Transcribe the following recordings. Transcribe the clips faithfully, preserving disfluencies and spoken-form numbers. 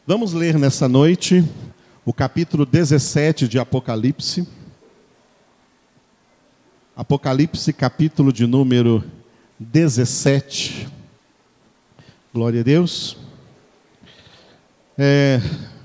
Vamos ler nessa noite o capítulo dezessete de Apocalipse. Apocalipse, capítulo de número dezessete. Glória a Deus. É,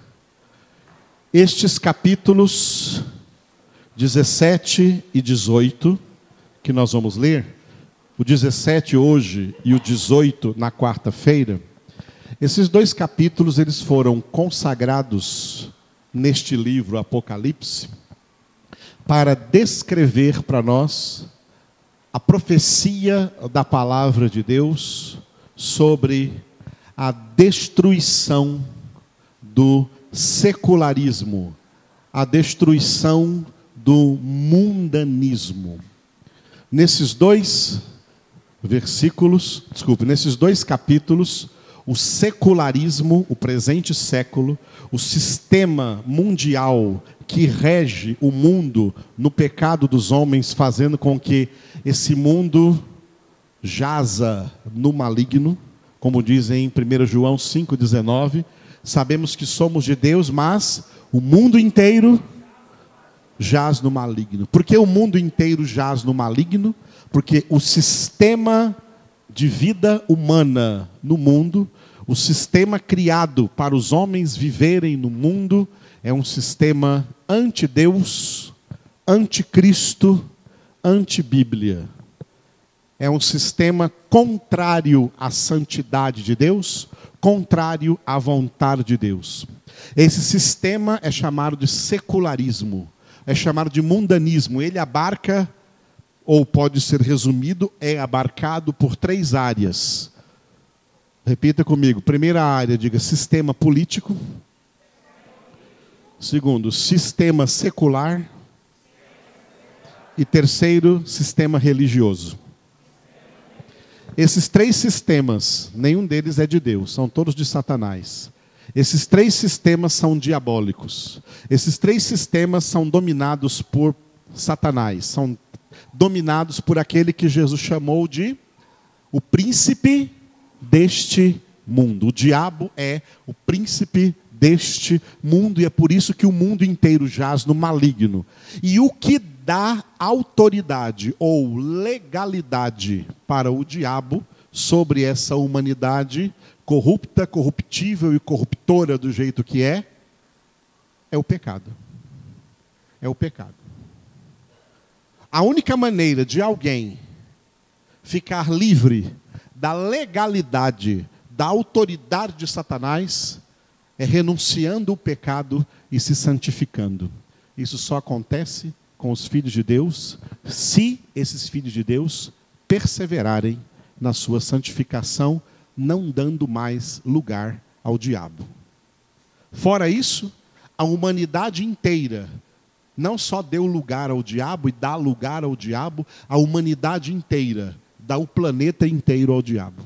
estes capítulos dezessete e dezoito, que nós vamos ler, o dezessete hoje e o dezoito na quarta-feira, esses dois capítulos eles foram consagrados neste livro Apocalipse para descrever para nós a profecia da palavra de Deus sobre a destruição do secularismo, a destruição do mundanismo. Nesses dois versículos, desculpe, nesses dois capítulos, o secularismo, o presente século, o sistema mundial que rege o mundo no pecado dos homens, fazendo com que esse mundo jaza no maligno, como dizem em primeiro João cinco, dezenove, sabemos que somos de Deus, mas o mundo inteiro jaz no maligno. Por que o mundo inteiro jaz no maligno? Porque o sistema de vida humana no mundo, o sistema criado para os homens viverem no mundo, é um sistema anti-Deus, anti-Cristo, anti-Bíblia. É um sistema contrário à santidade de Deus, contrário à vontade de Deus. Esse sistema é chamado de secularismo, é chamado de mundanismo. Ele abarca, ou pode ser resumido, é abarcado por três áreas. Repita comigo. Primeira área, diga sistema político. Segundo, sistema secular. E terceiro, sistema religioso. Esses três sistemas, nenhum deles é de Deus, são todos de Satanás. Esses três sistemas são diabólicos. Esses três sistemas são dominados por Satanás, são dominados por aquele que Jesus chamou de o príncipe deste mundo. O diabo é o príncipe deste mundo e é por isso que o mundo inteiro jaz no maligno. E o que dá autoridade ou legalidade para o diabo sobre essa humanidade corrupta, corruptível e corruptora do jeito que é, é o pecado. É o pecado. A única maneira de alguém ficar livre da legalidade, da autoridade de Satanás, é renunciando o pecado e se santificando. Isso só acontece com os filhos de Deus, se esses filhos de Deus perseverarem na sua santificação, não dando mais lugar ao diabo. Fora isso, a humanidade inteira não só deu lugar ao diabo e dá lugar ao diabo, a humanidade inteira dá o planeta inteiro ao diabo.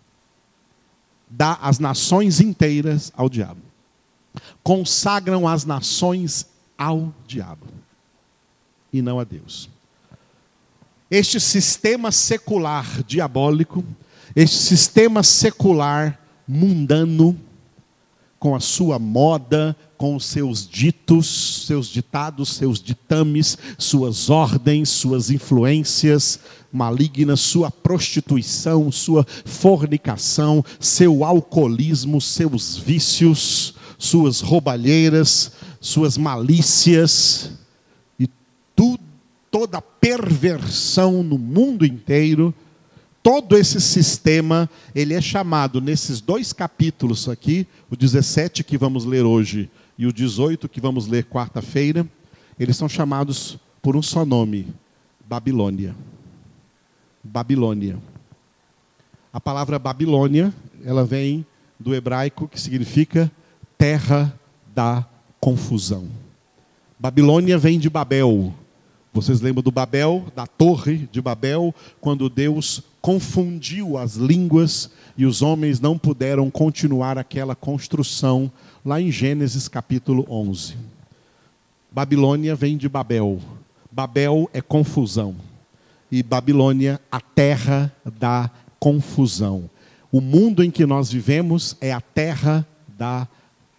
Dá as nações inteiras ao diabo. Consagram as nações ao diabo. E não a Deus. Este sistema secular diabólico, este sistema secular mundano, com a sua moda, com os seus ditos, seus ditados, seus ditames, suas ordens, suas influências malignas, sua prostituição, sua fornicação, seu alcoolismo, seus vícios, suas roubalheiras, suas malícias e tudo, toda a perversão no mundo inteiro. Todo esse sistema, ele é chamado nesses dois capítulos aqui, o dezessete que vamos ler hoje e o dezoito que vamos ler quarta-feira, eles são chamados por um só nome, Babilônia. Babilônia. A palavra Babilônia, ela vem do hebraico que significa terra da confusão. Babilônia vem de Babel. Vocês lembram do Babel, da torre de Babel, quando Deus confundiu as línguas e os homens não puderam continuar aquela construção, lá em Gênesis capítulo onze. Babilônia vem de Babel. Babel é confusão. E Babilônia, a terra da confusão. O mundo em que nós vivemos é a terra da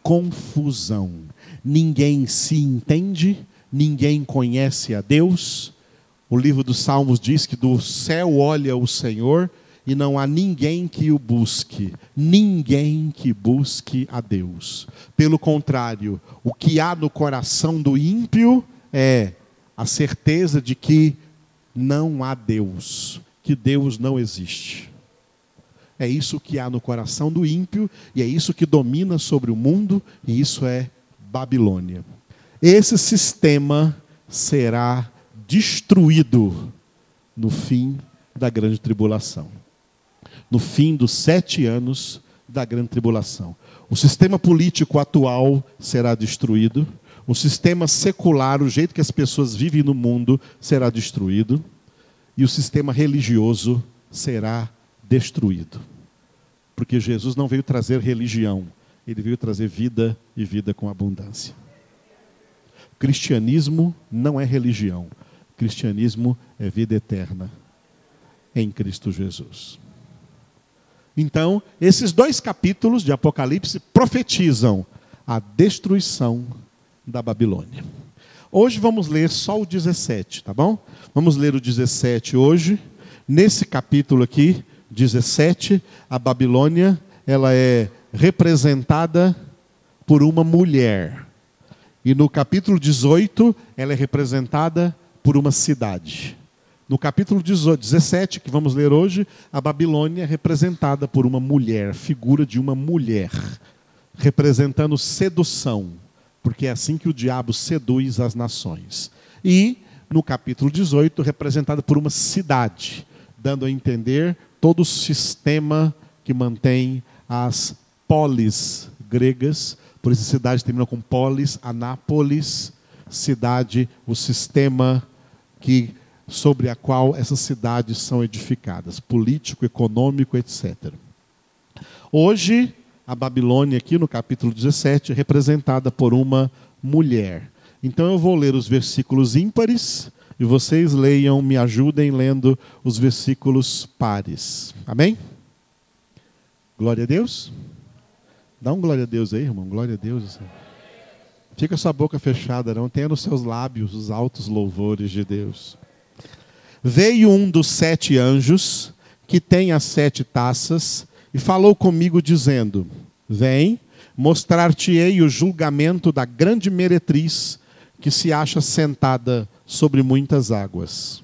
confusão. Ninguém se entende, ninguém conhece a Deus. O livro dos Salmos diz que do céu olha o Senhor e não há ninguém que o busque, ninguém que busque a Deus. Pelo contrário, o que há no coração do ímpio é a certeza de que não há Deus, que Deus não existe. É isso que há no coração do ímpio e é isso que domina sobre o mundo, e isso é Babilônia. Esse sistema será destruído no fim da grande tribulação. No fim dos sete anos da grande tribulação. O sistema político atual será destruído. O sistema secular, o jeito que as pessoas vivem no mundo, será destruído. E o sistema religioso será destruído. Porque Jesus não veio trazer religião. Ele veio trazer vida e vida com abundância. O cristianismo não é religião. O cristianismo é vida eterna em Cristo Jesus. Então, esses dois capítulos de Apocalipse profetizam a destruição da Babilônia. Hoje vamos ler só o dezessete, tá bom? Vamos ler o dezessete hoje. Nesse capítulo aqui, dezessete, a Babilônia, ela é representada por uma mulher. E no capítulo dezoito, ela é representada por uma cidade. No capítulo dezessete, que vamos ler hoje, a Babilônia é representada por uma mulher, figura de uma mulher, representando sedução, porque é assim que o diabo seduz as nações. E, no capítulo dezoito, representada por uma cidade, dando a entender todo o sistema que mantém as polis gregas. Por isso a cidade termina com polis, Anápolis, cidade, o sistema que... sobre a qual essas cidades são edificadas, político, econômico, etcétera. Hoje, a Babilônia, aqui no capítulo dezessete, é representada por uma mulher. Então eu vou ler os versículos ímpares, e vocês leiam, me ajudem lendo os versículos pares. Amém? Glória a Deus. Dá um glória a Deus aí, irmão. Glória a Deus. Fica sua boca fechada, não. Tenha nos seus lábios os altos louvores de Deus. Veio um dos sete anjos, que tem as sete taças, e falou comigo dizendo: vem, mostrar-te-ei o julgamento da grande meretriz, que se acha sentada sobre muitas águas.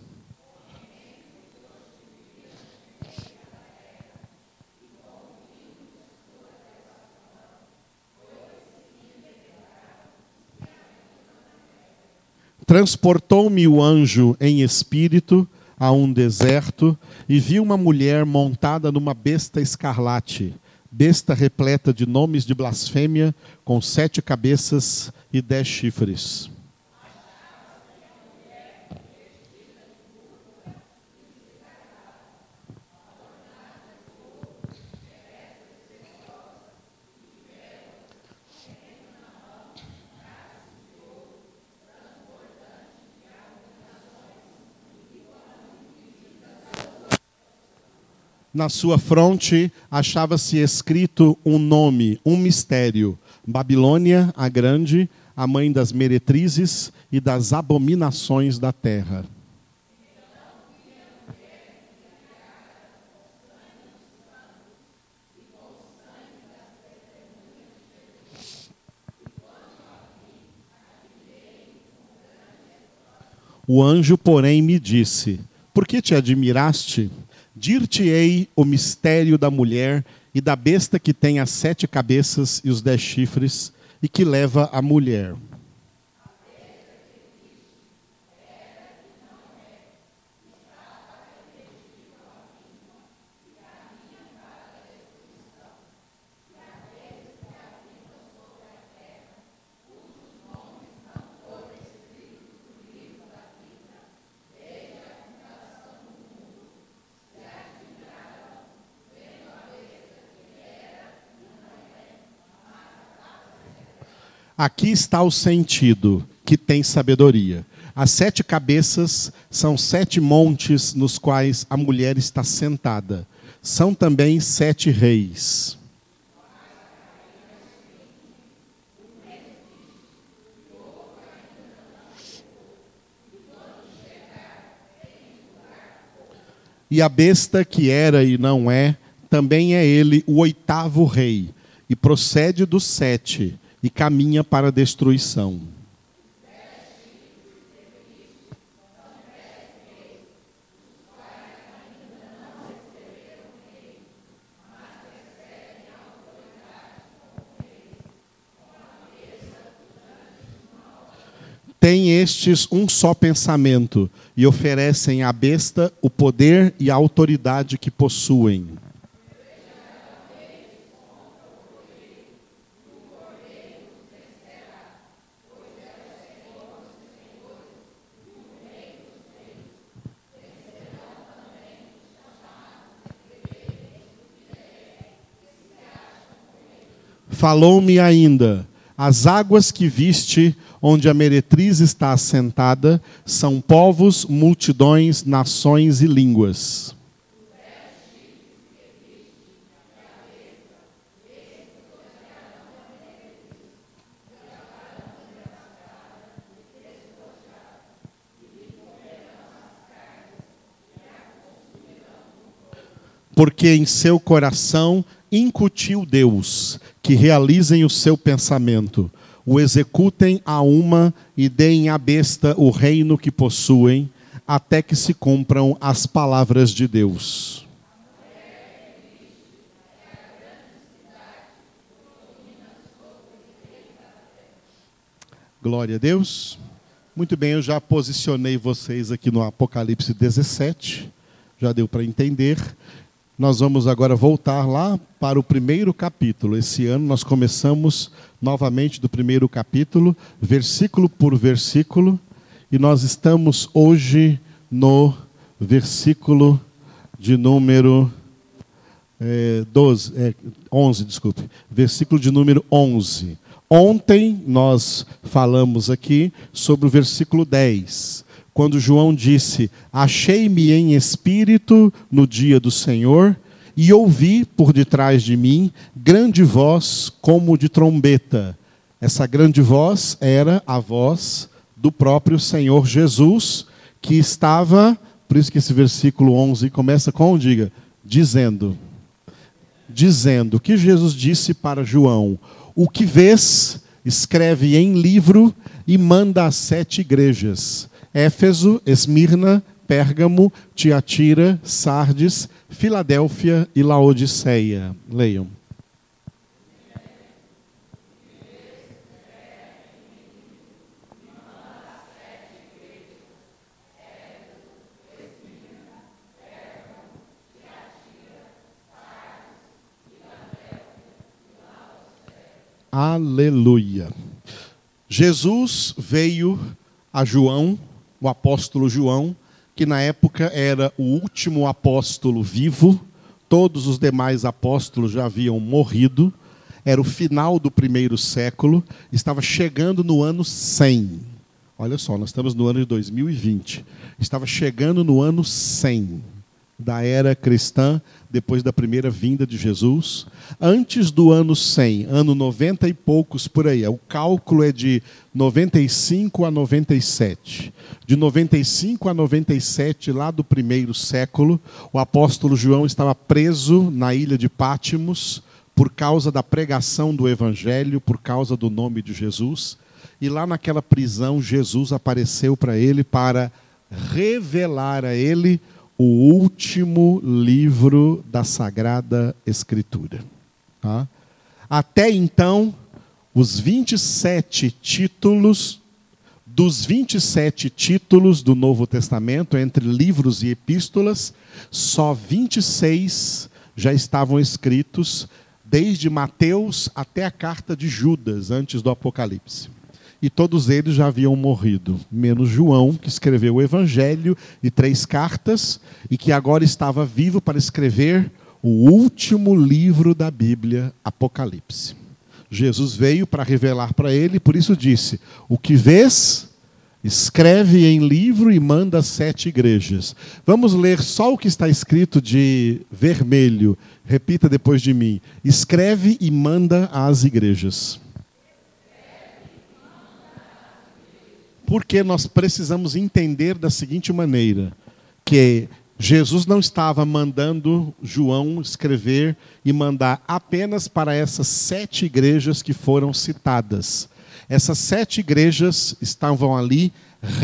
Transportou-me o anjo em espírito a um deserto e vi uma mulher montada numa besta escarlate, besta repleta de nomes de blasfêmia, com sete cabeças e dez chifres. Na sua fronte achava-se escrito um nome, um mistério: Babilônia, a Grande, a mãe das meretrizes e das abominações da terra. O anjo, porém, me disse: por que te admiraste? Dir-te-ei o mistério da mulher e da besta que tem as sete cabeças e os dez chifres, e que leva a mulher. Aqui está o sentido, que tem sabedoria. As sete cabeças são sete montes nos quais a mulher está sentada. São também sete reis. E a besta que era e não é, também é ele o oitavo rei, e procede dos sete, e caminha para a destruição. Tem estes um só pensamento, e oferecem à besta o poder e a autoridade que possuem. Falou-me ainda: as águas que viste, onde a meretriz está assentada, são povos, multidões, nações e línguas. Porque em seu coração incutiu Deus, que realizem o seu pensamento, o executem a uma e deem à besta o reino que possuem, até que se cumpram as palavras de Deus. Glória a Deus. Muito bem, eu já posicionei vocês aqui no Apocalipse dezessete, já deu para entender. Nós vamos agora voltar lá para o primeiro capítulo. Esse ano nós começamos novamente do primeiro capítulo, versículo por versículo, e nós estamos hoje no versículo de número é, doze, é, onze, desculpe, versículo de número onze. Ontem nós falamos aqui sobre o versículo dez, quando João disse: achei-me em espírito no dia do Senhor, e ouvi por detrás de mim grande voz como de trombeta. Essa grande voz era a voz do próprio Senhor Jesus, que estava, por isso que esse versículo onze começa com, diga, dizendo, dizendo, que Jesus disse para João: o que vês, escreve em livro e manda às sete igrejas: Éfeso, Esmirna, Pérgamo, Tiatira, Sardes, Filadélfia e Laodiceia. Leiam. Aleluia. Jesus veio a João, o apóstolo João, que na época era o último apóstolo vivo. Todos os demais apóstolos já haviam morrido. Era o final do primeiro século. Estava chegando no ano cem. Olha só, nós estamos no ano de dois mil e vinte. Estava chegando no ano cem da era cristã, depois da primeira vinda de Jesus. Antes do ano cem, ano noventa e poucos por aí. O cálculo é de noventa e cinco a noventa e sete. De noventa e cinco a noventa e sete, lá do primeiro século, o apóstolo João estava preso na ilha de Pátimos por causa da pregação do evangelho, por causa do nome de Jesus. E lá naquela prisão, Jesus apareceu para ele para revelar a ele o último livro da Sagrada Escritura. Tá? Até então, os vinte e sete títulos, dos vinte e sete títulos do Novo Testamento, entre livros e epístolas, só vinte e seis já estavam escritos, desde Mateus até a carta de Judas, antes do Apocalipse. E todos eles já haviam morrido, menos João, que escreveu o Evangelho e três cartas, e que agora estava vivo para escrever o último livro da Bíblia, Apocalipse. Jesus veio para revelar para ele, por isso disse: o que vês, escreve em livro e manda às sete igrejas. Vamos ler só o que está escrito de vermelho. Repita depois de mim: escreve e manda às igrejas. Porque nós precisamos entender da seguinte maneira, que Jesus não estava mandando João escrever e mandar apenas para essas sete igrejas que foram citadas. Essas sete igrejas estavam ali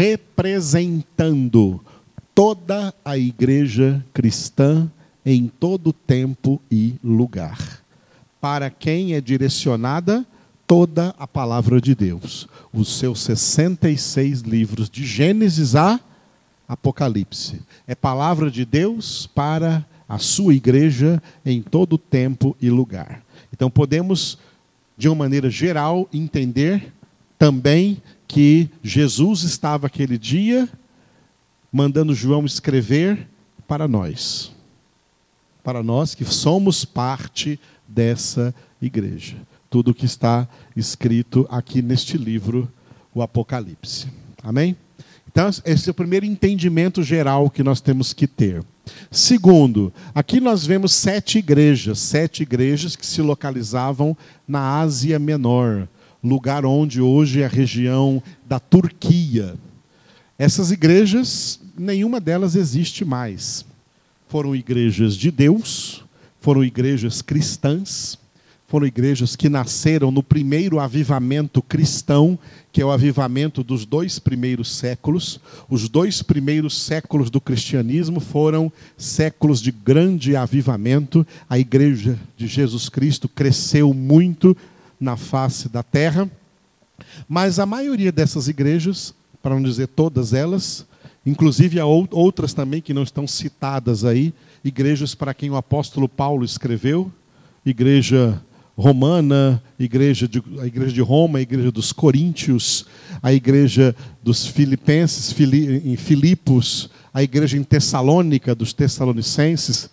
representando toda a igreja cristã em todo tempo e lugar. Para quem é direcionada toda a palavra de Deus. Os seus sessenta e seis livros, de Gênesis a Apocalipse. É palavra de Deus para a sua igreja em todo tempo e lugar. Então podemos, de uma maneira geral, entender também que Jesus estava aquele dia mandando João escrever para nós. Para nós que somos parte dessa igreja. Tudo que está escrito aqui neste livro, o Apocalipse. Amém? Então, esse é o primeiro entendimento geral que nós temos que ter. Segundo, aqui nós vemos sete igrejas, sete igrejas que se localizavam na Ásia Menor, lugar onde hoje é a região da Turquia. Essas igrejas, nenhuma delas existe mais. Foram igrejas de Deus, foram igrejas cristãs, foram igrejas que nasceram no primeiro avivamento cristão, que é o avivamento dos dois primeiros séculos. Os dois primeiros séculos do cristianismo foram séculos de grande avivamento. A igreja de Jesus Cristo cresceu muito na face da terra. Mas a maioria dessas igrejas, para não dizer todas elas, inclusive há outras também que não estão citadas aí, igrejas para quem o apóstolo Paulo escreveu, igreja romana, igreja de, a igreja de Roma, a igreja dos Coríntios, a igreja dos Filipenses, em Filipos, a igreja em Tessalônica, dos Tessalonicenses.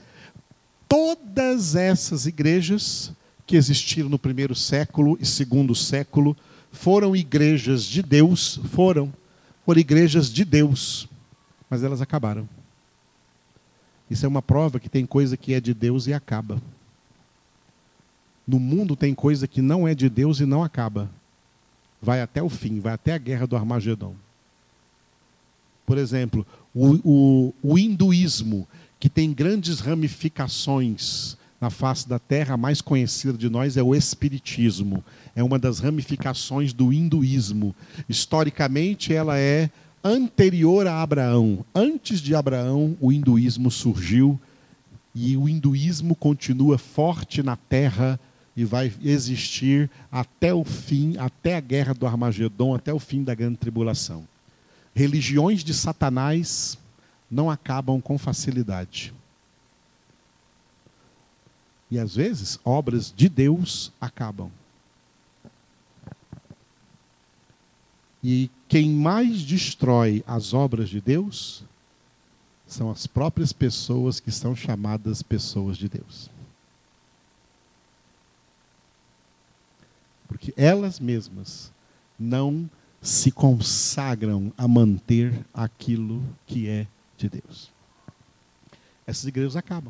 Todas essas igrejas que existiram no primeiro século e segundo século foram igrejas de Deus, foram, foram igrejas de Deus, mas elas acabaram. Isso é uma prova que tem coisa que é de Deus e acaba. No mundo tem coisa que não é de Deus e não acaba. Vai até o fim, vai até a guerra do Armagedon. Por exemplo, o, o, o hinduísmo, que tem grandes ramificações na face da terra, a mais conhecida de nós é o espiritismo. É uma das ramificações do hinduísmo. Historicamente, ela é anterior a Abraão. Antes de Abraão, o hinduísmo surgiu e o hinduísmo continua forte na terra e vai existir até o fim, até a guerra do Armagedon, até o fim da grande tribulação. Religiões de Satanás não acabam com facilidade. E às vezes, obras de Deus acabam. E quem mais destrói as obras de Deus são as próprias pessoas que são chamadas pessoas de Deus. Porque elas mesmas não se consagram a manter aquilo que é de Deus. Essas igrejas acabam.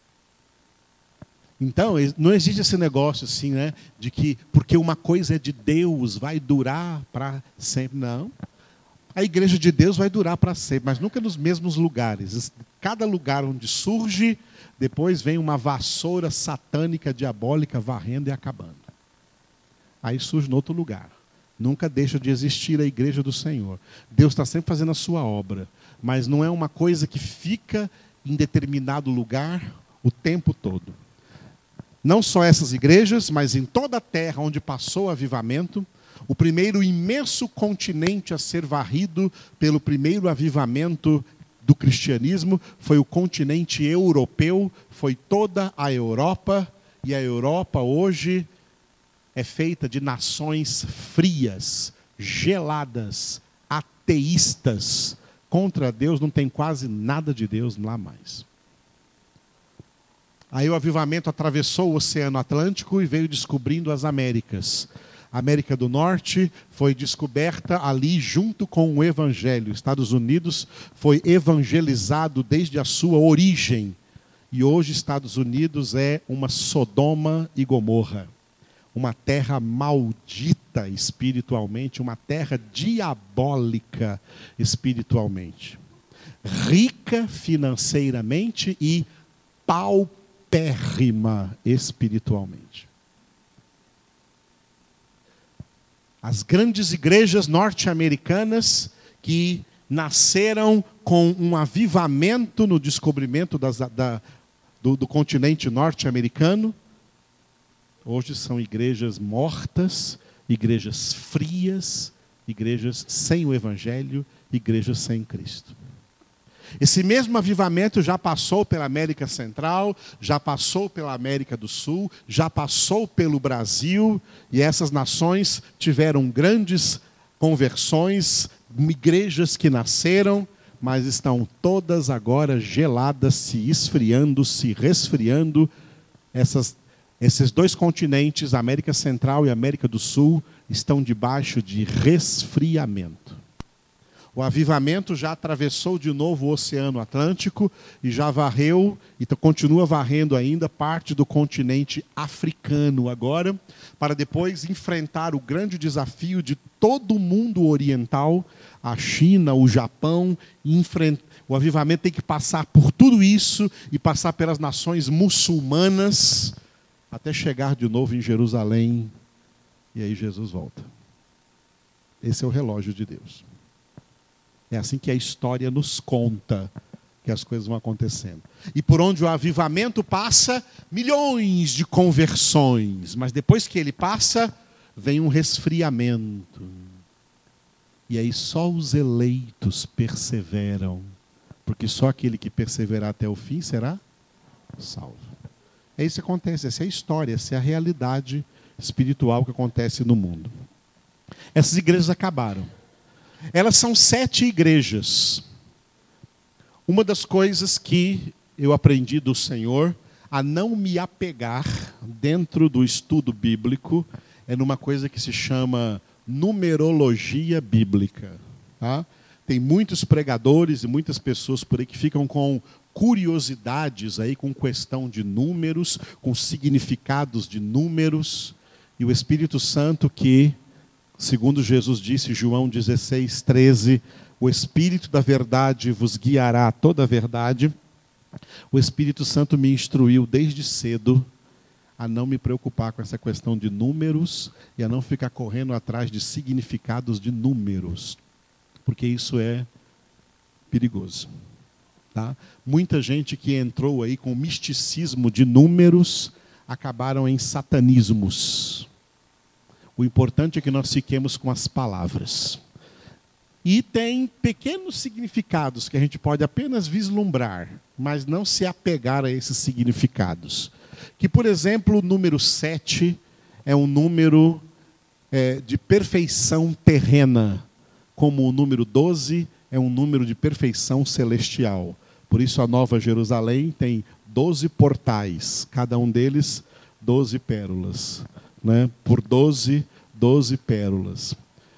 Então, não existe esse negócio assim, né, de que porque uma coisa é de Deus, vai durar para sempre. Não. A igreja de Deus vai durar para sempre, mas nunca nos mesmos lugares. Cada lugar onde surge, depois vem uma vassoura satânica, diabólica, varrendo e acabando. Aí surge em outro lugar. Nunca deixa de existir a igreja do Senhor. Deus está sempre fazendo a sua obra, mas não é uma coisa que fica em determinado lugar o tempo todo. Não só essas igrejas, mas em toda a terra onde passou o avivamento, o primeiro imenso continente a ser varrido pelo primeiro avivamento do cristianismo foi o continente europeu, foi toda a Europa, e a Europa hoje é feita de nações frias, geladas, ateístas. Contra Deus não tem quase nada de Deus lá mais. Aí o avivamento atravessou o Oceano Atlântico e veio descobrindo as Américas. A América do Norte foi descoberta ali junto com o Evangelho. Estados Unidos foi evangelizado desde a sua origem. E hoje Estados Unidos é uma Sodoma e Gomorra. Uma terra maldita espiritualmente, uma terra diabólica espiritualmente. rica financeiramente e paupérrima espiritualmente. As grandes igrejas norte-americanas que nasceram com um avivamento no descobrimento das, da, do, do continente norte-americano, hoje são igrejas mortas, igrejas frias, igrejas sem o Evangelho, igrejas sem Cristo. Esse mesmo avivamento já passou pela América Central, já passou pela América do Sul, já passou pelo Brasil, e essas nações tiveram grandes conversões, igrejas que nasceram, mas estão todas agora geladas, se esfriando, se resfriando. Essas, esses dois continentes, a América Central e a América do Sul, estão debaixo de resfriamento. O avivamento já atravessou de novo o Oceano Atlântico e já varreu, e continua varrendo ainda, parte do continente africano agora, para depois enfrentar o grande desafio de todo o mundo oriental, a China, o Japão. Enfrent... O avivamento tem que passar por tudo isso e passar pelas nações muçulmanas, até chegar de novo em Jerusalém, e aí Jesus volta. Esse é o relógio de Deus. É assim que a história nos conta que as coisas vão acontecendo. E por onde o avivamento passa, milhões de conversões. Mas depois que ele passa, vem um resfriamento. E aí só os eleitos perseveram. Porque só aquele que perseverar até o fim será salvo. É isso que acontece. Essa é a história, essa é a realidade espiritual que acontece no mundo. Essas igrejas acabaram. Elas são sete igrejas. Uma das coisas que eu aprendi do Senhor a não me apegar dentro do estudo bíblico é numa coisa que se chama numerologia bíblica. Tá? Tem muitos pregadores e muitas pessoas por aí que ficam com curiosidades aí, com questão de números, com significados de números, e o Espírito Santo que, segundo Jesus disse, João dezesseis, treze, o Espírito da verdade vos guiará a toda a verdade. O Espírito Santo me instruiu desde cedo a não me preocupar com essa questão de números e a não ficar correndo atrás de significados de números, porque isso é perigoso. Tá? Muita gente que entrou aí com misticismo de números acabaram em satanismos. O importante é que nós fiquemos com as palavras. E tem pequenos significados que a gente pode apenas vislumbrar, mas não se apegar a esses significados. Que, por exemplo, o número sete é um número é, de perfeição terrena, como o número doze é um número de perfeição celestial. Por isso a Nova Jerusalém tem doze portais, cada um deles doze pérolas. Né? Por doze, doze pérolas.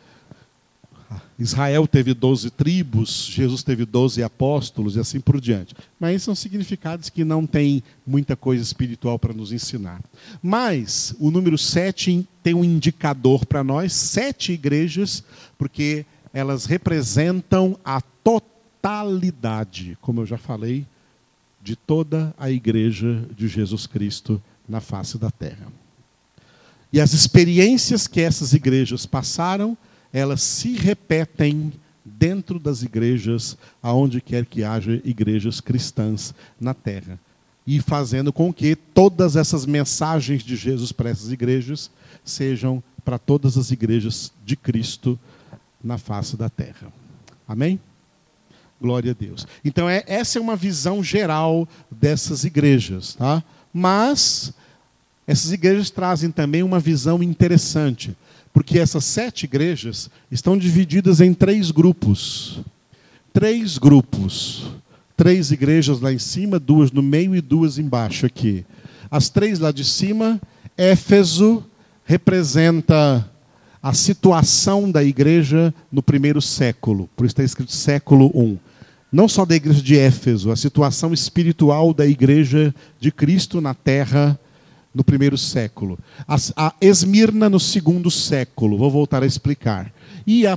Israel teve doze tribos, Jesus teve doze apóstolos e assim por diante. Mas são significados que não têm muita coisa espiritual para nos ensinar. Mas o número sete tem um indicador para nós, sete igrejas, porque elas representam a totalidade, como eu já falei, de toda a igreja de Jesus Cristo na face da terra. E as experiências que essas igrejas passaram, elas se repetem dentro das igrejas, aonde quer que haja igrejas cristãs na terra. E fazendo com que todas essas mensagens de Jesus para essas igrejas sejam para todas as igrejas de Cristo na face da terra. Amém? Glória a Deus. Então, é, essa é uma visão geral dessas igrejas. Tá? Mas essas igrejas trazem também uma visão interessante. Porque essas sete igrejas estão divididas em três grupos. Três grupos. Três igrejas lá em cima, duas no meio e duas embaixo aqui. As três lá de cima, Éfeso representa a situação da igreja no primeiro século. Por isso está escrito século um. Não só da igreja de Éfeso, a situação espiritual da igreja de Cristo na terra no primeiro século. A, a Esmirna no segundo século. Vou voltar a explicar. E a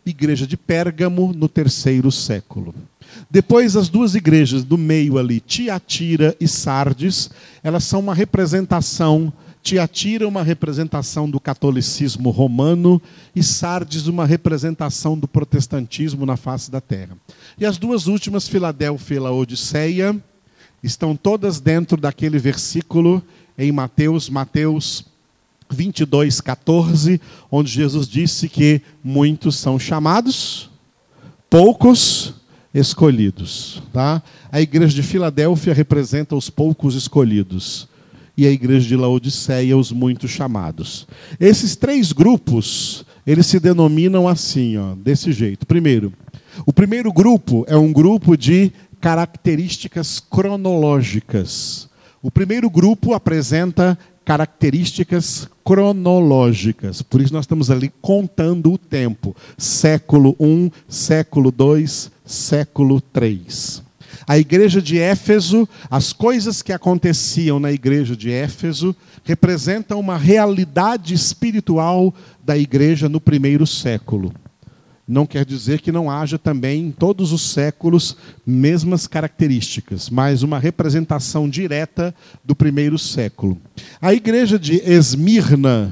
igreja de Pérgamo no terceiro século. Depois, as duas igrejas do meio ali, Tiatira e Sardes, elas são uma representação. Tiatira é uma representação do catolicismo romano e Sardes uma representação do protestantismo na face da terra. E as duas últimas, Filadélfia e Laodiceia, estão todas dentro daquele versículo em Mateus, Mateus vinte e dois, quatorze, onde Jesus disse que muitos são chamados, poucos escolhidos. Tá? A igreja de Filadélfia representa os poucos escolhidos. E a igreja de Laodiceia, os muitos chamados. Esses três grupos, eles se denominam assim, ó, desse jeito. Primeiro, o primeiro grupo é um grupo de características cronológicas. O primeiro grupo apresenta características cronológicas. Por isso nós estamos ali contando o tempo. Século um, século dois, século três. A igreja de Éfeso, as coisas que aconteciam na igreja de Éfeso representam uma realidade espiritual da igreja no primeiro século. Não quer dizer que não haja também em todos os séculos mesmas características, mas uma representação direta do primeiro século. A igreja de Esmirna,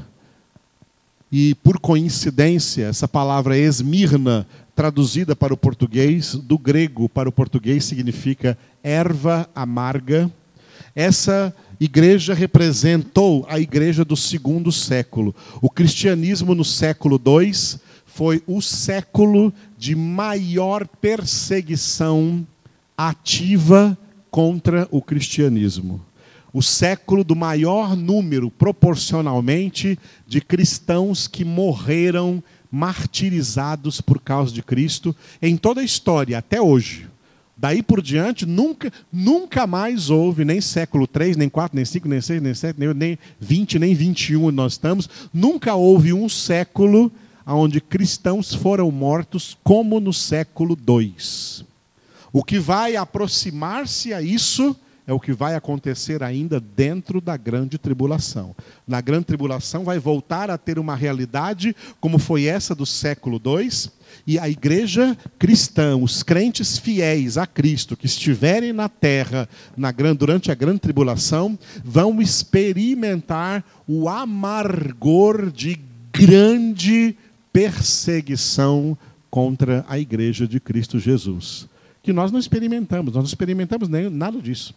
e por coincidência, essa palavra Esmirna, traduzida para o português, do grego para o português significa erva amarga. Essa igreja representou a igreja do segundo século. O cristianismo no século dois foi o século de maior perseguição ativa contra o cristianismo. O século do maior número, proporcionalmente, de cristãos que morreram martirizados por causa de Cristo em toda a história, até hoje. Daí por diante, nunca, nunca mais houve, nem século três, nem quatro, nem cinco, nem seis, nem sete, nem, nem vinte, nem vinte e um nós estamos. Nunca houve um século onde cristãos foram mortos como no século dois. O que vai aproximar-se a isso é o que vai acontecer ainda dentro da grande tribulação. Na grande tribulação vai voltar a ter uma realidade como foi essa do século dois, e a igreja cristã, os crentes fiéis a Cristo, que estiverem na terra na grande, durante a grande tribulação, vão experimentar o amargor de grande perseguição contra a igreja de Cristo Jesus. Que nós não experimentamos, nós não experimentamos nem nada disso.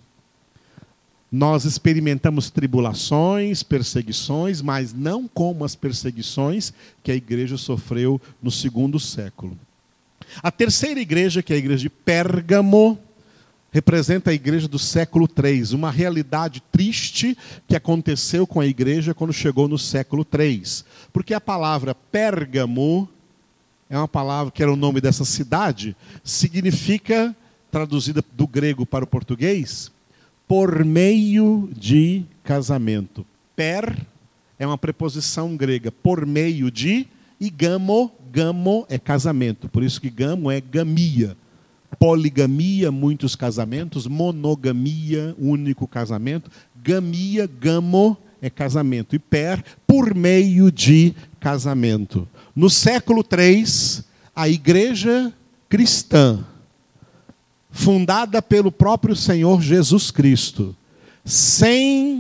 Nós experimentamos tribulações, perseguições, mas não como as perseguições que a igreja sofreu no segundo século. A terceira igreja, que é a igreja de Pérgamo, representa a igreja do século três, uma realidade triste que aconteceu com a igreja quando chegou no século três. Porque a palavra Pérgamo, é uma palavra que era o nome dessa cidade, significa, traduzida do grego para o português, por meio de casamento. Per é uma preposição grega, por meio de, e gamo, gamo é casamento. Por isso que gamo é gamia. Poligamia, muitos casamentos. Monogamia, único casamento. Gamia, gamo é casamento. E per, por meio de casamento. No século três, a igreja cristã, fundada pelo próprio Senhor Jesus Cristo, sem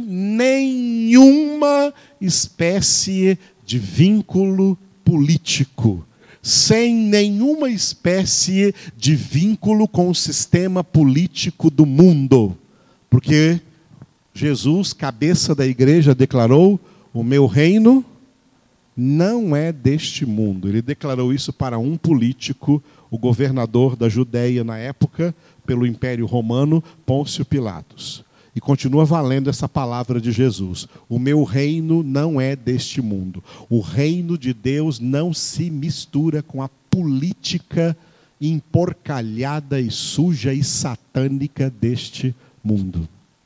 nenhuma espécie de vínculo político, sem nenhuma espécie de vínculo com o sistema político do mundo. Porque Jesus, cabeça da igreja, declarou: o meu reino não é deste mundo. Ele declarou isso para um político, o governador da Judéia na época, pelo Império Romano, Pôncio Pilatos. E continua valendo essa palavra de Jesus. O meu reino não é deste mundo. O reino de Deus não se mistura com a política emporcalhada e suja e satânica deste mundo.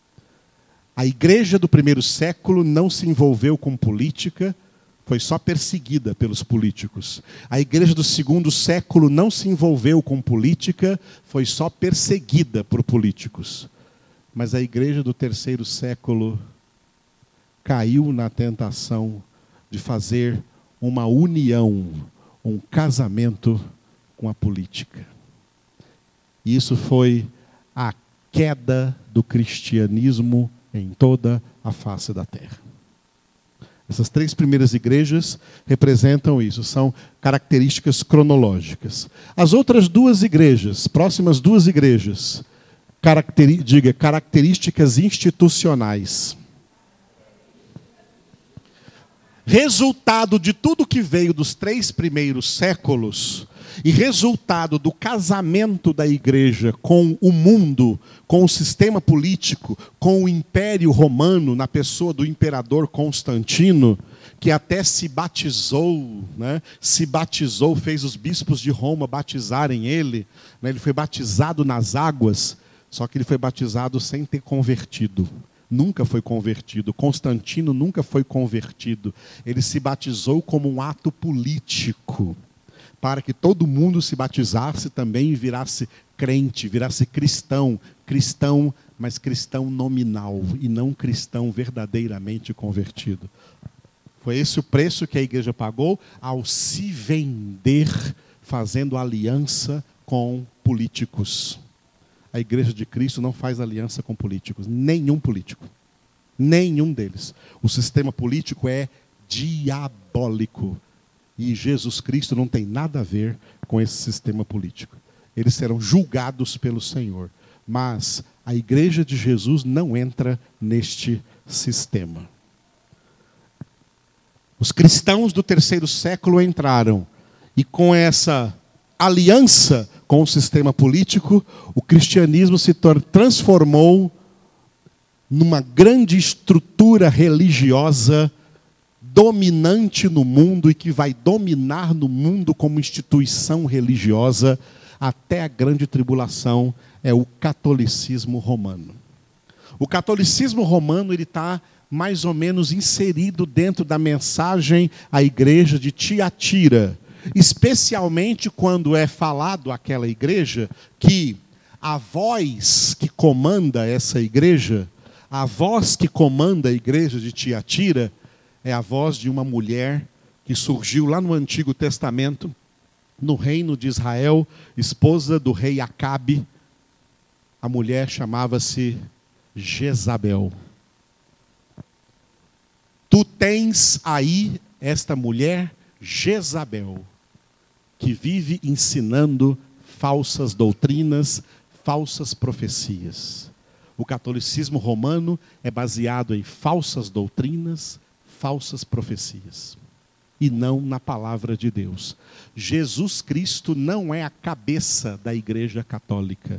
A igreja do primeiro século não se envolveu com política, foi só perseguida pelos políticos. A igreja do segundo século não se envolveu com política, foi só perseguida por políticos. Mas a igreja do terceiro século caiu na tentação de fazer uma união, um casamento com a política. E isso foi a queda do cristianismo em toda a face da terra. Essas três primeiras igrejas representam isso, são características cronológicas. As outras duas igrejas, próximas duas igrejas, caracteri- diga, características institucionais. Resultado de tudo que veio dos três primeiros séculos e resultado do casamento da igreja com o mundo, com o sistema político, com o Império Romano, na pessoa do imperador Constantino, que até se batizou, né? se batizou, fez os bispos de Roma batizarem ele, né? Ele foi batizado nas águas, só que ele foi batizado sem ter convertido. Nunca foi convertido. Constantino nunca foi convertido. Ele se batizou como um ato político, para que todo mundo se batizasse também e virasse crente, virasse cristão. Cristão, mas cristão nominal, e não cristão verdadeiramente convertido. Foi esse o preço que a igreja pagou ao se vender, fazendo aliança com políticos. A igreja de Cristo não faz aliança com políticos. Nenhum político. Nenhum deles. O sistema político é diabólico. E Jesus Cristo não tem nada a ver com esse sistema político. Eles serão julgados pelo Senhor. Mas a igreja de Jesus não entra neste sistema. Os cristãos do terceiro século entraram. E com essa aliança com o sistema político, o cristianismo se transformou numa grande estrutura religiosa dominante no mundo e que vai dominar no mundo como instituição religiosa até a grande tribulação, é o catolicismo romano. O catolicismo romano ele está mais ou menos inserido dentro da mensagem à igreja de Tiatira, especialmente quando é falado àquela igreja que a voz que comanda essa igreja, a voz que comanda a igreja de Tiatira, é a voz de uma mulher que surgiu lá no Antigo Testamento, no reino de Israel, esposa do rei Acabe. A mulher chamava-se Jezabel. Tu tens aí esta mulher, Jezabel, que vive ensinando falsas doutrinas, falsas profecias. O catolicismo romano é baseado em falsas doutrinas, falsas profecias, e não na palavra de Deus. Jesus Cristo não é a cabeça da Igreja Católica.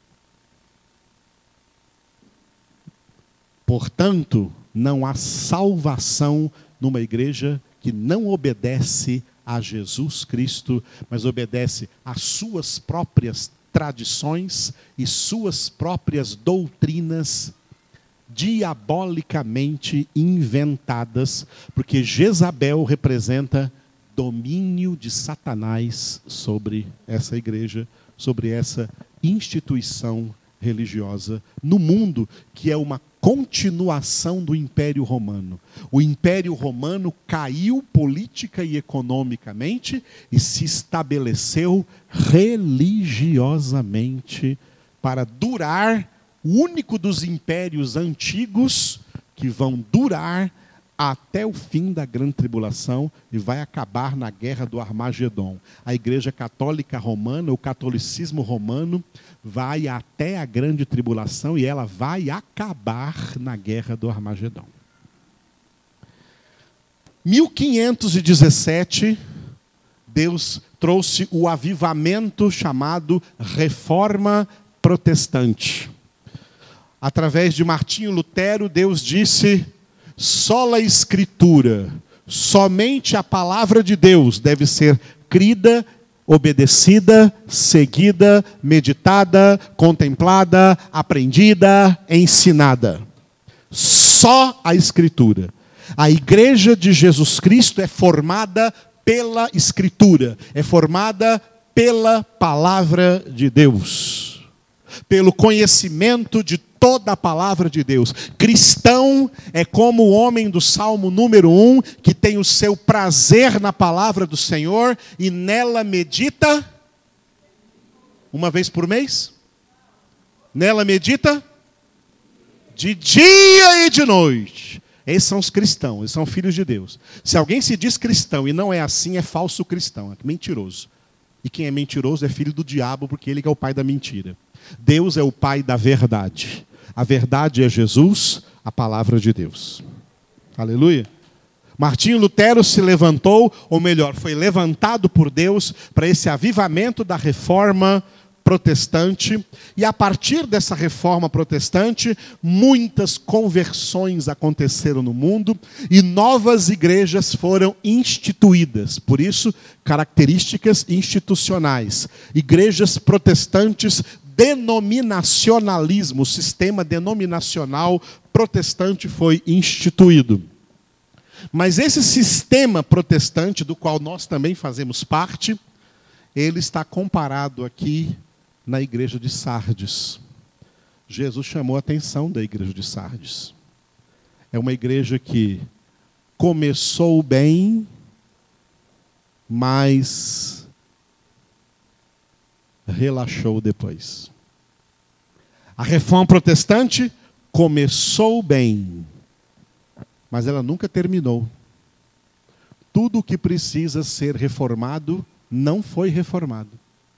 Portanto, não há salvação numa igreja que não obedece a Jesus Cristo, mas obedece às suas próprias tradições e suas próprias doutrinas diabolicamente inventadas, porque Jezabel representa domínio de Satanás sobre essa igreja, sobre essa instituição religiosa no mundo, que é uma continuação do Império Romano. O Império Romano caiu política e economicamente e se estabeleceu religiosamente para durar, o único dos impérios antigos que vão durar até o fim da grande tribulação e vai acabar na guerra do Armagedon. A Igreja Católica Romana, o catolicismo romano, vai até a grande tribulação e ela vai acabar na guerra do Armagedon. mil quinhentos e dezessete, Deus trouxe o avivamento chamado Reforma Protestante. Através de Martinho Lutero, Deus disse: sola Escritura, somente a palavra de Deus deve ser crida, obedecida, seguida, meditada, contemplada, aprendida, ensinada. Só a Escritura. A igreja de Jesus Cristo é formada pela Escritura, é formada pela palavra de Deus, pelo conhecimento de toda a palavra de Deus. Cristão é como o homem do Salmo número um, que tem o seu prazer na palavra do Senhor e nela medita uma vez por mês? Nela medita de dia e de noite. Esses são os cristãos, eles são filhos de Deus. Se alguém se diz cristão e não é assim, é falso cristão, é mentiroso. E quem é mentiroso é filho do diabo, porque ele que é o pai da mentira. Deus é o pai da verdade. A verdade é Jesus, a palavra de Deus. Aleluia. Martinho Lutero se levantou, ou melhor, foi levantado por Deus para esse avivamento da reforma protestante, e a partir dessa reforma protestante, muitas conversões aconteceram no mundo e novas igrejas foram instituídas. Por isso, características institucionais. Igrejas protestantes, denominacionalismo, o sistema denominacional protestante foi instituído. Mas esse sistema protestante, do qual nós também fazemos parte, ele está comparado aqui na igreja de Sardes. Jesus chamou a atenção da igreja de Sardes. É uma igreja que começou bem, mas relaxou depois. A reforma protestante começou bem, mas ela nunca terminou. Tudo o que precisa ser reformado não foi reformado.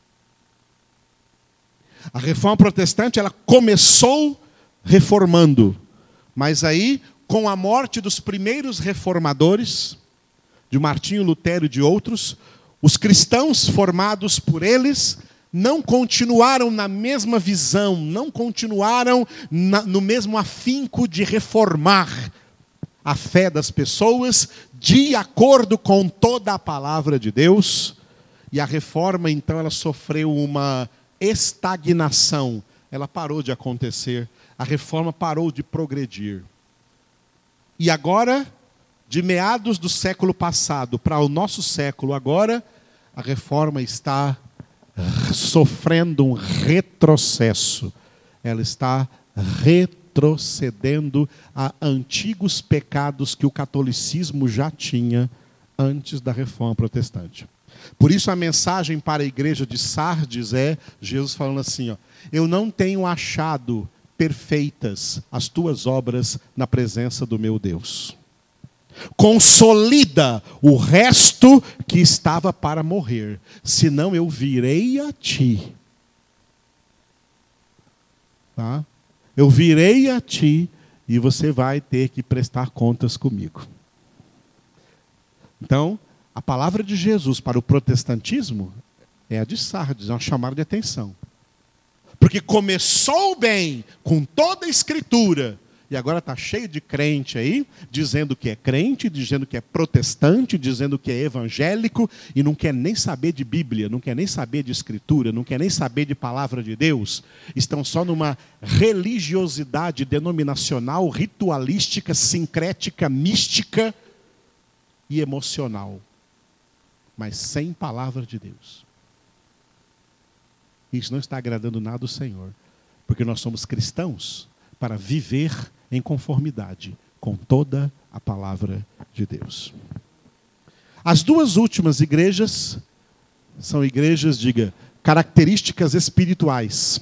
A reforma protestante, ela começou reformando, mas aí, com a morte dos primeiros reformadores, de Martinho Lutero e de outros, os cristãos formados por eles não continuaram na mesma visão, não continuaram na, no mesmo afinco de reformar a fé das pessoas de acordo com toda a palavra de Deus. E a reforma, então, ela sofreu uma estagnação. Ela parou de acontecer. A reforma parou de progredir. E agora, de meados do século passado para o nosso século agora, a reforma está sofrendo um retrocesso. Ela está retrocedendo a antigos pecados que o catolicismo já tinha antes da reforma protestante. Por isso a mensagem para a igreja de Sardes é Jesus falando assim, ó, eu não tenho achado perfeitas as tuas obras na presença do meu Deus. Consolida o resto que estava para morrer, senão eu virei a ti. Tá? Eu virei a ti e você vai ter que prestar contas comigo. Então, a palavra de Jesus para o protestantismo é a de Sardes, é uma chamada de atenção. Porque começou bem, com toda a escritura, e agora está cheio de crente aí, dizendo que é crente, dizendo que é protestante, dizendo que é evangélico, e não quer nem saber de Bíblia, não quer nem saber de escritura, não quer nem saber de palavra de Deus. Estão só numa religiosidade denominacional, ritualística, sincrética, mística e emocional. Mas sem palavra de Deus. Isso não está agradando nada ao Senhor, porque nós somos cristãos para viver em conformidade com toda a palavra de Deus. As duas últimas igrejas são igrejas, diga, características espirituais.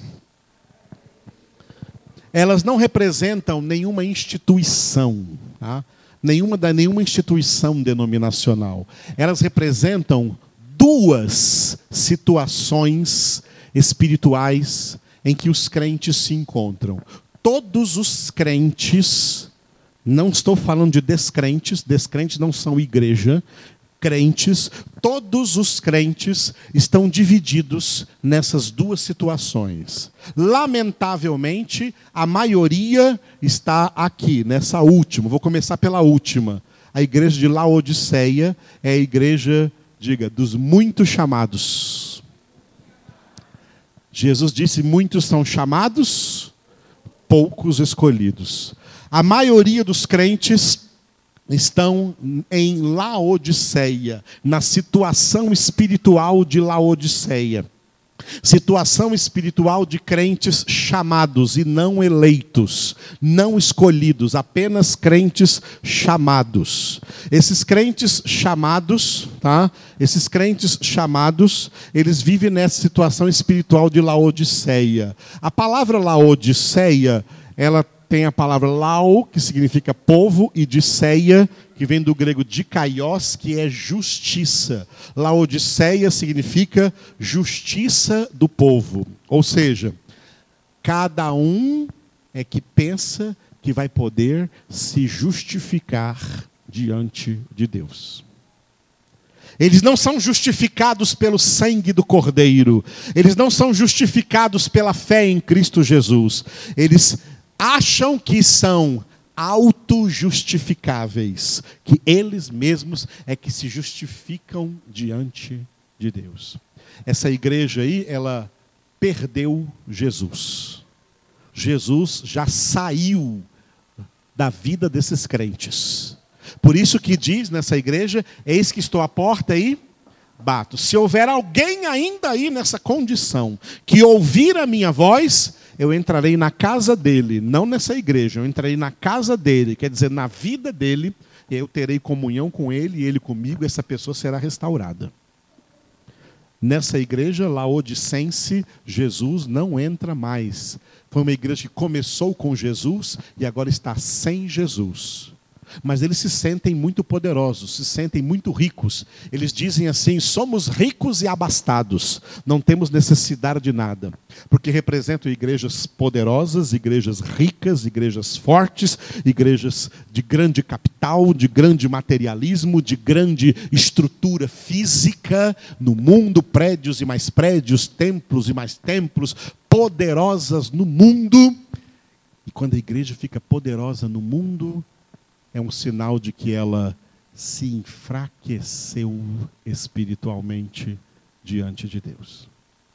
Elas não representam nenhuma instituição, tá? Nenhuma, nenhuma instituição denominacional. Elas representam duas situações espirituais em que os crentes se encontram. Todos os crentes, não estou falando de descrentes, descrentes não são igreja, crentes, todos os crentes estão divididos nessas duas situações. Lamentavelmente, a maioria está aqui, nessa última. Vou começar pela última. A igreja de Laodiceia é a igreja, diga, dos muitos chamados. Jesus disse, muitos são chamados, poucos escolhidos. A maioria dos crentes estão em Laodiceia, na situação espiritual de Laodiceia. Situação espiritual de crentes chamados e não eleitos, não escolhidos, apenas crentes chamados. Esses crentes chamados, tá? Esses crentes chamados, eles vivem nessa situação espiritual de Laodiceia. A palavra Laodiceia, ela tem a palavra lau, que significa povo, e diceia, que vem do grego dikaios, que é justiça. Laodiceia significa justiça do povo. Ou seja, cada um é que pensa que vai poder se justificar diante de Deus. Eles não são justificados pelo sangue do Cordeiro. Eles não são justificados pela fé em Cristo Jesus. Eles acham que são autojustificáveis, que eles mesmos é que se justificam diante de Deus. Essa igreja aí, ela perdeu Jesus. Jesus já saiu da vida desses crentes. Por isso que diz nessa igreja, eis que estou à porta e bato. Se houver alguém ainda aí nessa condição, que ouvir a minha voz, eu entrarei na casa dele, não nessa igreja, eu entrarei na casa dele, quer dizer, na vida dele, e eu terei comunhão com ele e ele comigo, e essa pessoa será restaurada. Nessa igreja laodicense, Jesus não entra mais. Foi uma igreja que começou com Jesus e agora está sem Jesus. Mas eles se sentem muito poderosos, se sentem muito ricos. Eles dizem assim: somos ricos e abastados, não temos necessidade de nada. Porque representam igrejas poderosas, igrejas ricas, igrejas fortes, igrejas de grande capital, de grande materialismo, de grande estrutura física no mundo, prédios e mais prédios, templos e mais templos, poderosas no mundo. E quando a igreja fica poderosa no mundo, é um sinal de que ela se enfraqueceu espiritualmente diante de Deus.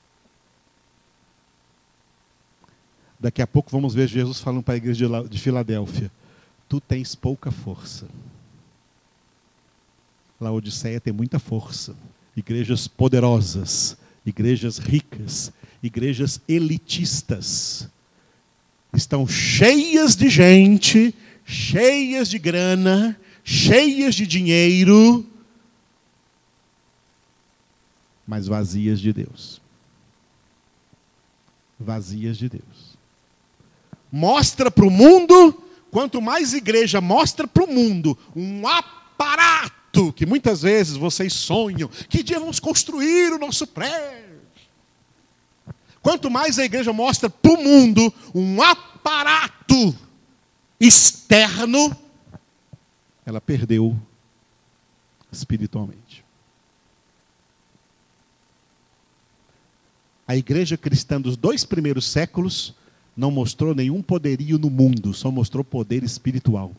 Daqui a pouco vamos ver Jesus falando para a igreja de Filadélfia: tu tens pouca força. Laodiceia tem muita força. Igrejas poderosas, igrejas ricas, igrejas elitistas, estão cheias de gente, cheias de grana, cheias de dinheiro, mas vazias de Deus. Vazias de Deus. Mostra para o mundo, quanto mais igreja mostra para o mundo um aparato, que muitas vezes vocês sonham, que dia vamos construir o nosso prédio. Quanto mais a igreja mostra para o mundo um aparato externo, ela perdeu espiritualmente. A igreja cristã dos dois primeiros séculos não mostrou nenhum poderio no mundo, só mostrou poder espiritual.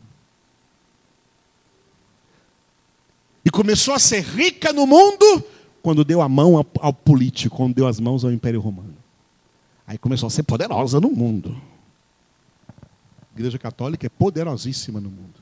E começou a ser rica no mundo quando deu a mão ao, ao político, quando deu as mãos ao Império Romano. Aí começou a ser poderosa no mundo. A Igreja Católica é poderosíssima no mundo.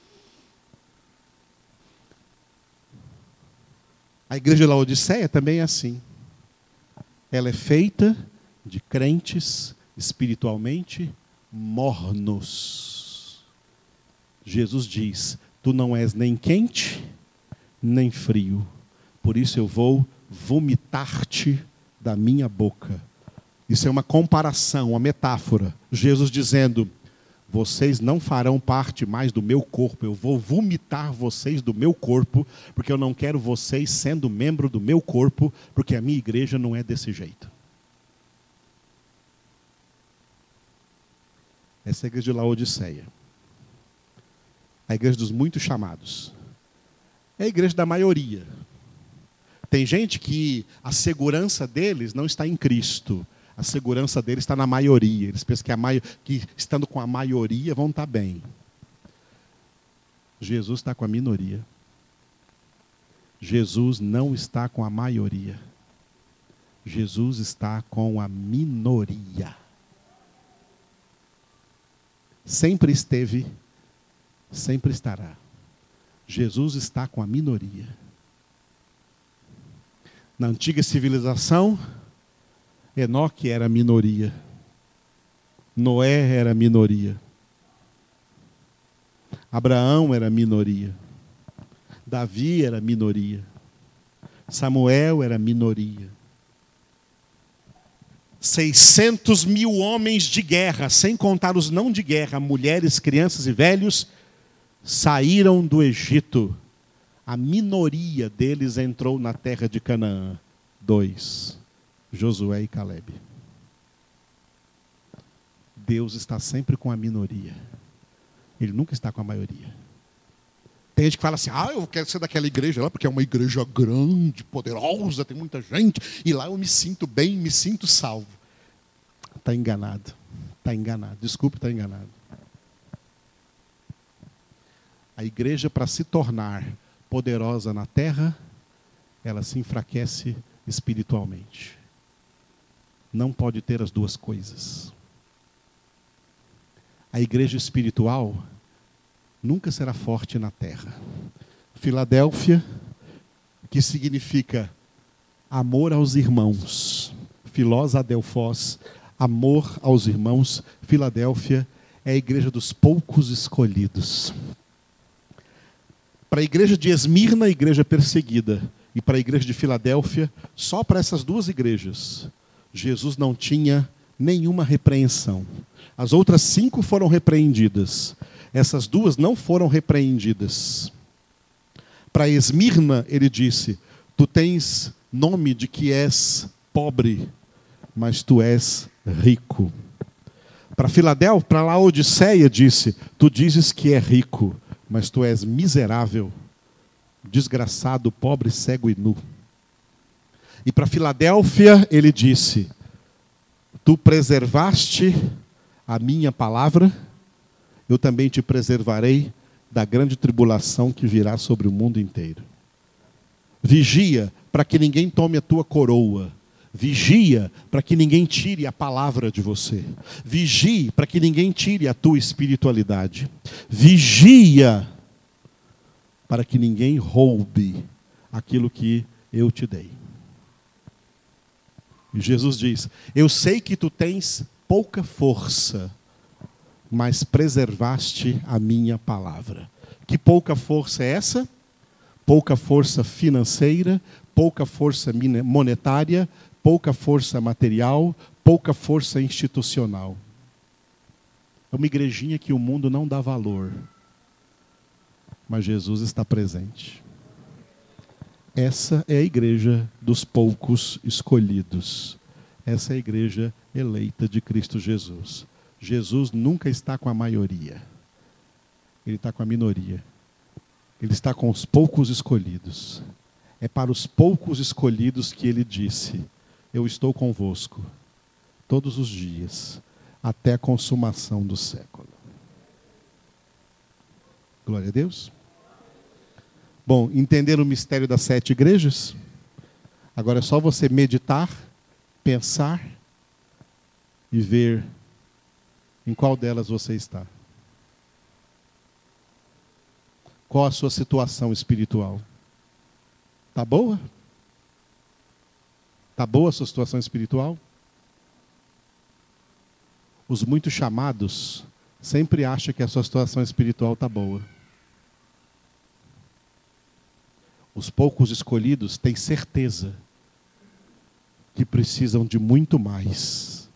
A Igreja de Laodiceia também é assim. Ela é feita de crentes espiritualmente mornos. Jesus diz: tu não és nem quente, nem frio. Por isso eu vou vomitar-te da minha boca. Isso é uma comparação, uma metáfora. Jesus dizendo: vocês não farão parte mais do meu corpo, eu vou vomitar vocês do meu corpo, porque eu não quero vocês sendo membro do meu corpo, porque a minha igreja não é desse jeito. Essa é a igreja de Laodiceia. A igreja dos muitos chamados. É a igreja da maioria. Tem gente que a segurança deles não está em Cristo. A segurança deles está na maioria. Eles pensam que, a maio... que estando com a maioria vão estar bem. Jesus está com a minoria. Jesus não está com a maioria. Jesus está com a minoria. Sempre esteve, sempre estará. Jesus está com a minoria. Na antiga civilização, Enoque era minoria. Noé era minoria. Abraão era minoria. Davi era minoria. Samuel era minoria. seiscentos mil homens de guerra, sem contar os não de guerra, mulheres, crianças e velhos, saíram do Egito. A minoria deles entrou na terra de Canaã. Dois, Josué e Calebe. Deus está sempre com a minoria. Ele nunca está com a maioria. Tem gente que fala assim, ah, eu quero ser daquela igreja lá, porque é uma igreja grande, poderosa, tem muita gente, e lá eu me sinto bem, me sinto salvo. Está enganado. Está enganado. Desculpe, está enganado. A igreja, para se tornar poderosa na terra, ela se enfraquece espiritualmente. Não pode ter as duas coisas. A igreja espiritual nunca será forte na terra. Filadélfia, que significa amor aos irmãos. Filós adelfós, amor aos irmãos. Filadélfia é a igreja dos poucos escolhidos. Para a igreja de Esmirna, a igreja perseguida. E para a igreja de Filadélfia, só para essas duas igrejas, Jesus não tinha nenhuma repreensão. As outras cinco foram repreendidas. Essas duas não foram repreendidas. Para Esmirna, ele disse, tu tens nome de que és pobre, mas tu és rico. Para Filadélfia, para Laodiceia, disse, tu dizes que é rico, mas tu és miserável, desgraçado, pobre, cego e nu. E para Filadélfia, ele disse, tu preservaste a minha palavra, eu também te preservarei da grande tribulação que virá sobre o mundo inteiro. Vigia para que ninguém tome a tua coroa. Vigia para que ninguém tire a palavra de você. Vigie para que ninguém tire a tua espiritualidade. Vigia para que ninguém roube aquilo que eu te dei. E Jesus diz, eu sei que tu tens pouca força, mas preservaste a minha palavra. Que pouca força é essa? Pouca força financeira, pouca força monetária, pouca força material, pouca força institucional. É uma igrejinha que o mundo não dá valor, mas Jesus está presente. Essa é a igreja dos poucos escolhidos. Essa é a igreja eleita de Cristo Jesus. Jesus nunca está com a maioria. Ele está com a minoria. Ele está com os poucos escolhidos. É para os poucos escolhidos que ele disse, eu estou convosco todos os dias, até a consumação do século. Glória a Deus. Bom, entenderam o mistério das sete igrejas? Agora é só você meditar, pensar e ver em qual delas você está. Qual a sua situação espiritual? Está boa? Está boa a sua situação espiritual? Os muito chamados sempre acham que a sua situação espiritual está boa. Os poucos escolhidos têm certeza que precisam de muito mais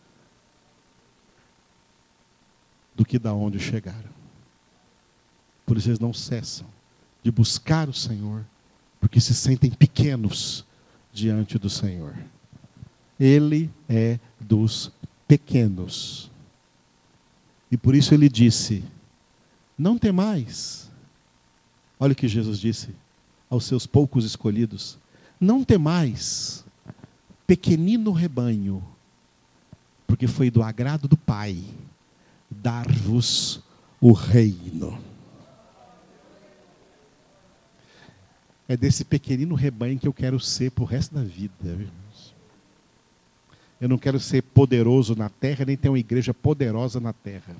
do que da onde chegaram. Por isso eles não cessam de buscar o Senhor, porque se sentem pequenos diante do Senhor. Ele é dos pequenos. E por isso ele disse, não temais. Olha o que Jesus disse aos seus poucos escolhidos. Não temais, pequenino rebanho, porque foi do agrado do Pai dar-vos o reino. É desse pequenino rebanho que eu quero ser para o resto da vida, irmãos. Eu não quero ser poderoso na terra, nem ter uma igreja poderosa na terra.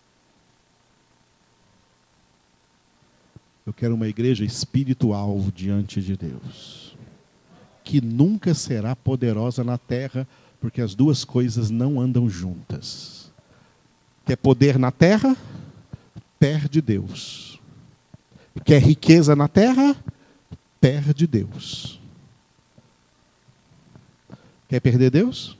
Eu quero uma igreja espiritual diante de Deus, que nunca será poderosa na terra, Porque as duas coisas não andam juntas. Quer poder na terra? Perde Deus. Quer riqueza na terra? Perde Deus. Quer perder Deus?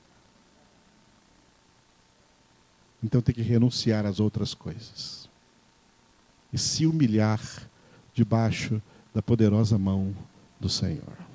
Então tem que renunciar às outras coisas. E se humilhar debaixo da poderosa mão do Senhor.